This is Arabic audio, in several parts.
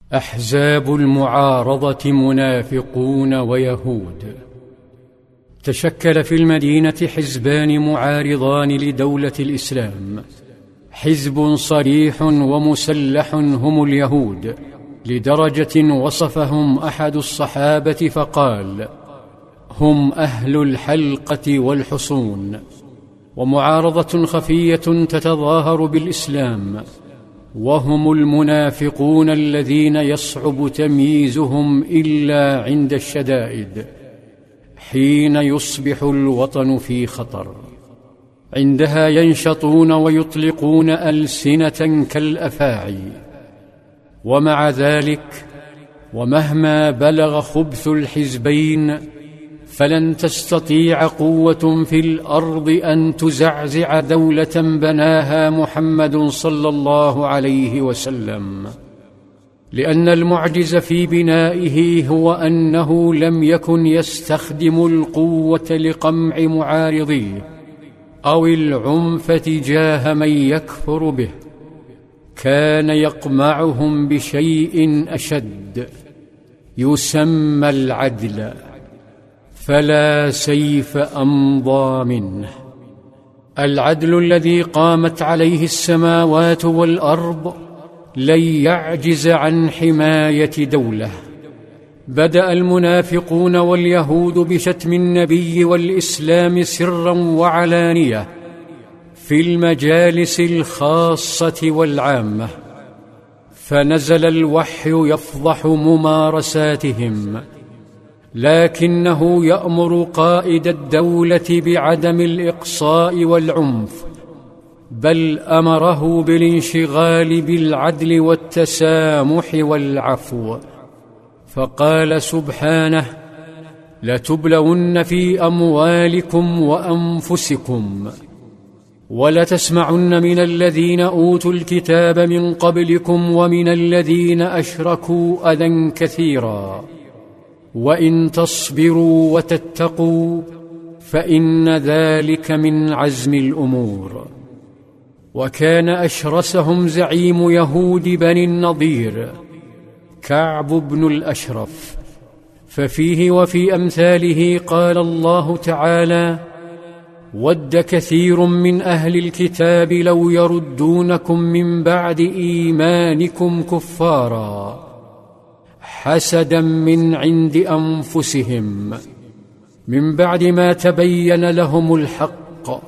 أحزاب المعارضة منافقون ويهود. تشكل في المدينة حزبان معارضان لدولة الإسلام، حزب صريح ومسلح هم اليهود، لدرجة وصفهم أحد الصحابة فقال: هم أهل الحلقة والحصون. ومعارضة خفية تتظاهر بالإسلام، وهم المنافقون الذين يصعب تمييزهم إلا عند الشدائد، حين يصبح الوطن في خطر. عندها ينشطون ويطلقون ألسنة كالأفاعي. ومع ذلك، ومهما بلغ خبث الحزبين، فلن تستطيع قوة في الأرض أن تزعزع دولة بناها محمد صلى الله عليه وسلم، لأن المعجز في بنائه هو أنه لم يكن يستخدم القوة لقمع معارضيه أو العنف تجاه من يكفر به، كان يقمعهم بشيء أشد يسمى العدل، فلا سيف أمضى منه. العدل الذي قامت عليه السماوات والأرض لن يعجز عن حماية دولة. بدأ المنافقون واليهود بشتم النبي والإسلام سرا وعلانية، في المجالس الخاصة والعامة، فنزل الوحي يفضح ممارساتهم، لكنه يأمر قائد الدولة بعدم الإقصاء والعنف، بل أمره بالانشغال بالعدل والتسامح والعفو. فقال سبحانه: لتبلون في أموالكم وأنفسكم ولتسمعن من الذين أوتوا الكتاب من قبلكم ومن الذين أشركوا أذى كثيرا، وإن تصبروا وتتقوا فإن ذلك من عزم الأمور. وكان أشرسهم زعيم يهود بني النضير كعب بن الأشرف، ففيه وفي أمثاله قال الله تعالى: ود كثير من أهل الكتاب لو يردونكم من بعد إيمانكم كفارا حسدا من عند أنفسهم من بعد ما تبين لهم الحق،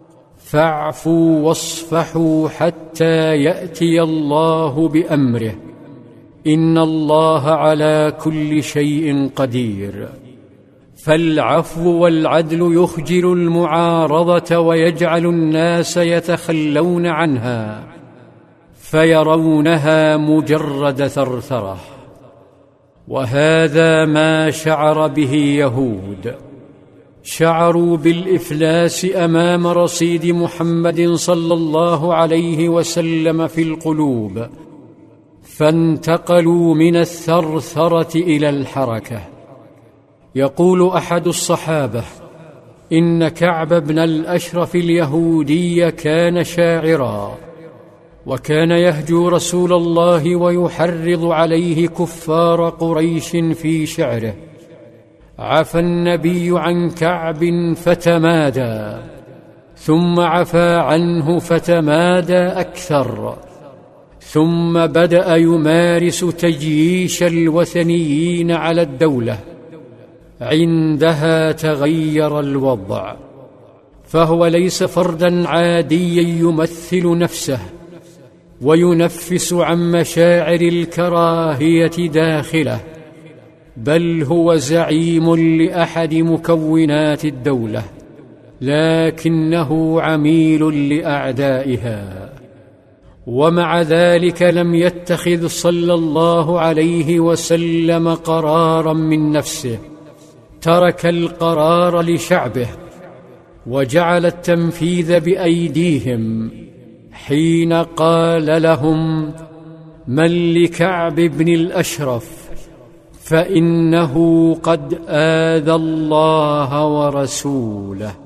فاعفوا واصفحوا حتى يأتي الله بأمره، إن الله على كل شيء قدير. فالعفو والعدل يخجل المعارضة ويجعل الناس يتخلون عنها، فيرونها مجرد ثرثرة. وهذا ما شعر به يهود، شعروا بالإفلاس أمام رصيد محمد صلى الله عليه وسلم في القلوب، فانتقلوا من الثرثرة إلى الحركة. يقول أحد الصحابة: إن كعب بن الأشرف اليهودي كان شاعرا، وكان يهجو رسول الله ويحرض عليه كفار قريش في شعره. عفى النبي عن كعب فتمادى، ثم عفى عنه فتمادى أكثر، ثم بدأ يمارس تجييش الوثنيين على الدولة. عندها تغير الوضع، فهو ليس فردا عاديا يمثل نفسه وينفس عن مشاعر الكراهية داخله، بل هو زعيم لأحد مكونات الدولة، لكنه عميل لأعدائها. ومع ذلك لم يتخذ صلى الله عليه وسلم قرارا من نفسه، ترك القرار لشعبه وجعل التنفيذ بأيديهم، حين قال لهم: من لكعب بن الأشرف فإنه قد آذى الله ورسوله.